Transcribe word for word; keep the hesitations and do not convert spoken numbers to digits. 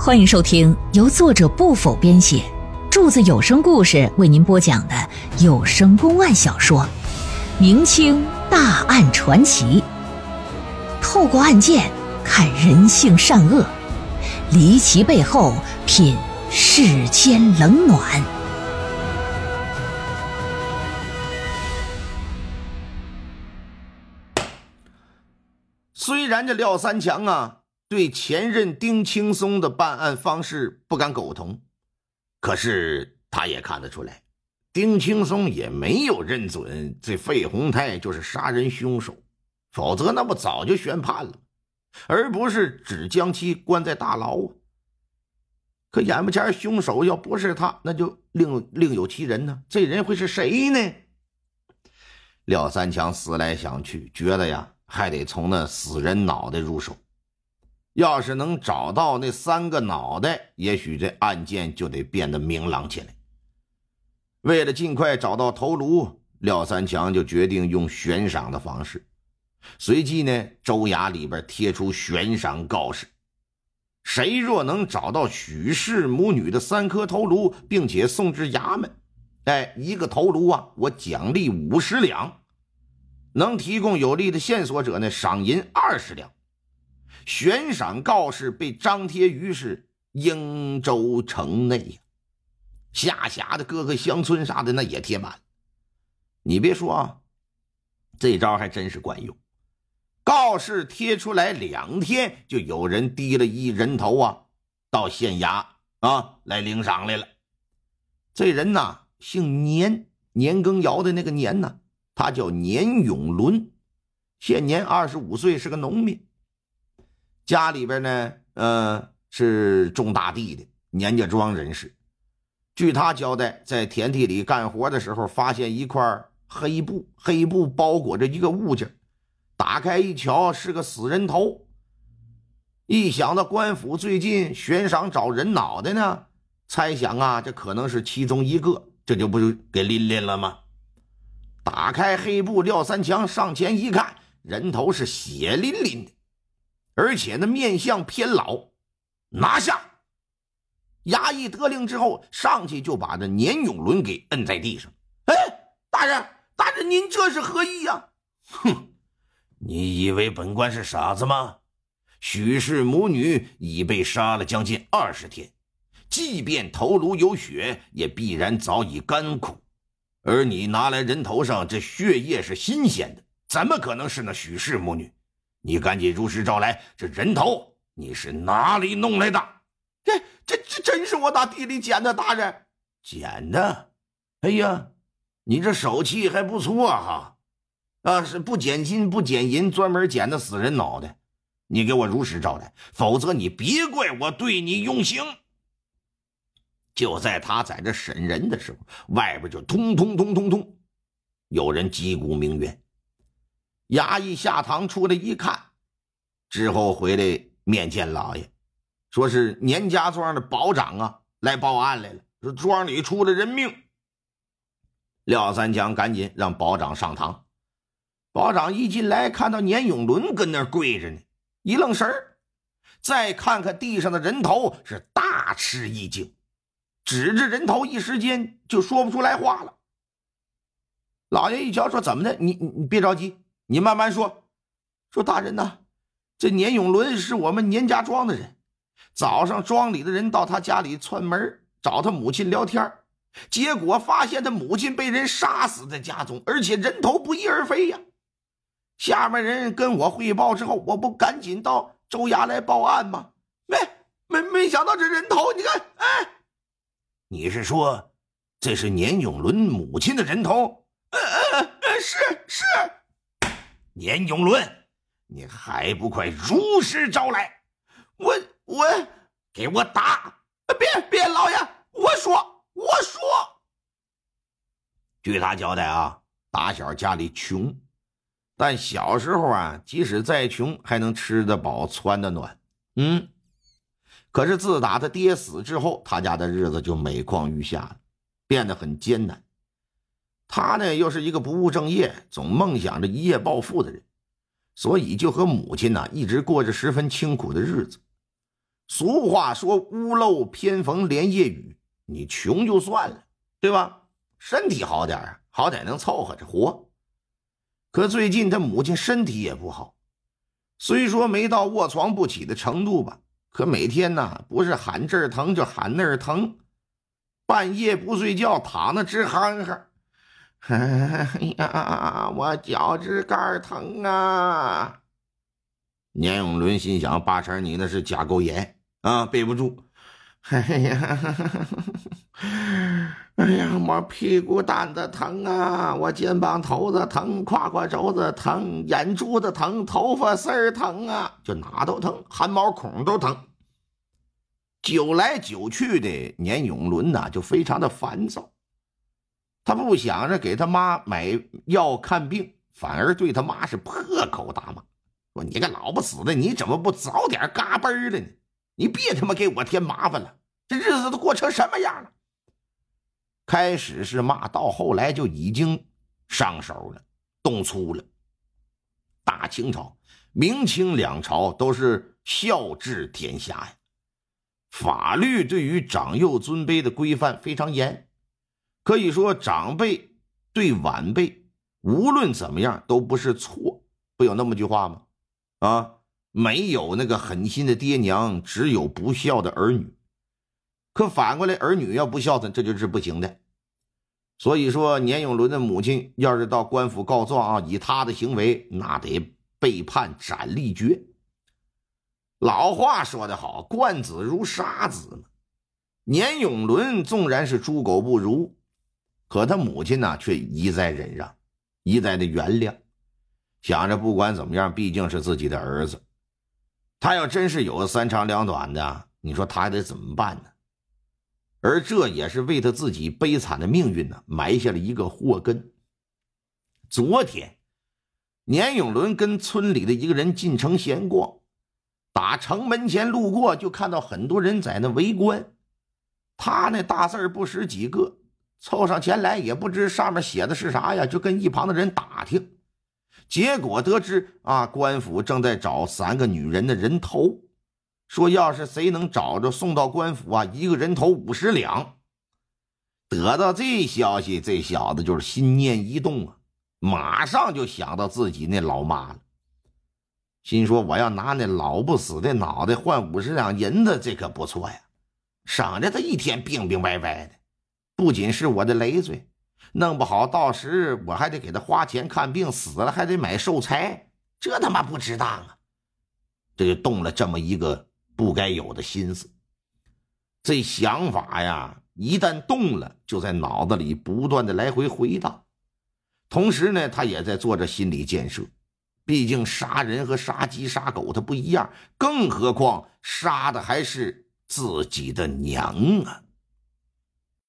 欢迎收听由作者不否编写，柱子有声故事为您播讲的有声公案小说《明清大案传奇》，透过案件看人性善恶，离奇背后品世间冷暖。 虽然这廖三强啊对前任丁青松的办案方式不敢苟同，可是他也看得出来，丁青松也没有认准这费洪泰就是杀人凶手，否则那不早就宣判了，而不是只将其关在大牢啊。可眼不前凶手要不是他，那就另另有其人呢。这人会是谁呢？廖三强思来想去，觉得呀还得从那死人脑袋入手。要是能找到那三个脑袋，也许这案件就得变得明朗起来。为了尽快找到头颅，廖三强就决定用悬赏的方式。随即呢，州衙里边贴出悬赏告示，谁若能找到许氏母女的三颗头颅，并且送至衙门，哎，一个头颅啊，我奖励五十两；能提供有力的线索者呢，赏银二十两。悬赏告示被张贴于是英州城内呀，下辖的各个乡村啥的那也贴满了。你别说啊，这招还真是管用。告示贴出来两天，就有人提了一人头啊到县衙啊来领赏来了。这人呐姓年，年羹尧的那个年呐，他叫年永伦，现年二十五岁，是个农民。家里边呢呃是种大地的年家庄人士。据他交代，在田地里干活的时候，发现一块黑布，黑布包裹着一个物件，打开一瞧是个死人头。一想到官府最近悬赏找人脑袋呢，猜想啊这可能是其中一个，这就不是给拎拎了吗？打开黑布，廖三强上前一看，人头是血淋淋的，而且那面相偏老。拿下！衙役得令之后，上去就把这年永伦给摁在地上。哎，大人，大人，您这是何意呀？哼，你以为本官是傻子吗？许氏母女已被杀了将近二十天，即便头颅有血，也必然早已干枯。而你拿来人头上这血液是新鲜的，怎么可能是那许氏母女？你赶紧如实招来，这人头你是哪里弄来的？这这这真是我打地里捡的，大人。捡的？哎呀，你这手气还不错哈！啊，是不捡金不捡银，专门捡的死人脑袋。你给我如实招来，否则你别怪我对你用刑。就在他在这审人的时候，外边就通通通通通，有人击鼓鸣冤。衙役下堂出来一看，之后回来面见老爷，说是年家庄的保长啊来报案来了，说庄里出了人命。廖三强赶紧让保长上堂。保长一进来看到年永伦跟那儿跪着呢，一愣神儿，再看看地上的人头，是大吃一惊，指着人头一时间就说不出来话了。老爷一瞧说，怎么的？你你别着急，你慢慢说。说大人呐，这年永伦是我们年家庄的人，早上庄里的人到他家里串门找他母亲聊天，结果发现他母亲被人杀死在家中，而且人头不翼而飞呀。下面人跟我汇报之后，我不赶紧到州衙来报案吗？没没没想到这人头，你看，哎，你是说这是年永伦母亲的人头？呃呃呃，是是。年永伦，你还不快如实招来！我我给我打！别别，老爷，我说我说。据他交代啊，打小家里穷，但小时候啊，即使再穷，还能吃得饱穿得暖。嗯，可是自打他爹死之后，他家的日子就每况愈下了，变得很艰难。他呢又是一个不务正业，总梦想着一夜暴富的人，所以就和母亲呢、啊、一直过着十分清苦的日子。 俗话说屋漏偏逢连夜雨，你穷就算了，对吧？身体好点啊，好歹能凑合着活。可最近他母亲身体也不好，虽说没到卧床不起的程度吧，可每天呢不是喊这儿疼就喊那儿疼，半夜不睡觉躺那直哼哼，哎呀，我脚趾盖疼啊！年永伦心想，八成你那是甲沟炎啊，背不住。哎呀，哎呀，我屁股蛋子疼啊，我肩膀头子疼，胯胯轴子疼，眼珠子疼，头发丝儿疼啊，就哪都疼，汗毛孔都疼。久来久去的，年永伦呐就非常的烦躁。他不想着给他妈买药看病，反而对他妈是破口大骂，说你个老不死的，你怎么不早点嘎嘣了呢？你别他妈给我添麻烦了，这日子都过成什么样了？开始是骂，到后来就已经上手了，动粗了。大清朝明清两朝都是孝治天下呀，法律对于长幼尊卑的规范非常严，可以说长辈对晚辈无论怎么样都不是错，不有那么句话吗？啊，没有那个狠心的爹娘，只有不孝的儿女。可反过来，儿女要不孝顺，这就是不行的。所以说年永伦的母亲要是到官府告状啊，以他的行为那得被判斩立决。老话说得好，惯子如杀子嘛。年永伦纵然是猪狗不如，可他母亲呢却一再忍让，一再的原谅，想着不管怎么样毕竟是自己的儿子，他要真是有三长两短的，你说他还得怎么办呢？而这也是为他自己悲惨的命运呢埋下了一个祸根。昨天年永伦跟村里的一个人进城闲逛，打城门前路过，就看到很多人在那围观。他那大字不识几个，凑上前来也不知上面写的是啥呀，就跟一旁的人打听。结果得知啊，官府正在找三个女人的人头，说要是谁能找着送到官府啊，一个人头五十两。得到这消息，这小子就是心念一动啊，马上就想到自己那老妈了，心说我要拿那老不死的脑袋换五十两银子，这可不错呀，省着他一天病病歪歪的，不仅是我的累赘，弄不好到时我还得给他花钱看病，死了还得买寿材，这他妈不值当啊！这就动了这么一个不该有的心思。这想法呀，一旦动了，就在脑子里不断的来回回荡。同时呢，他也在做着心理建设，毕竟杀人和杀鸡杀狗它不一样，更何况杀的还是自己的娘啊。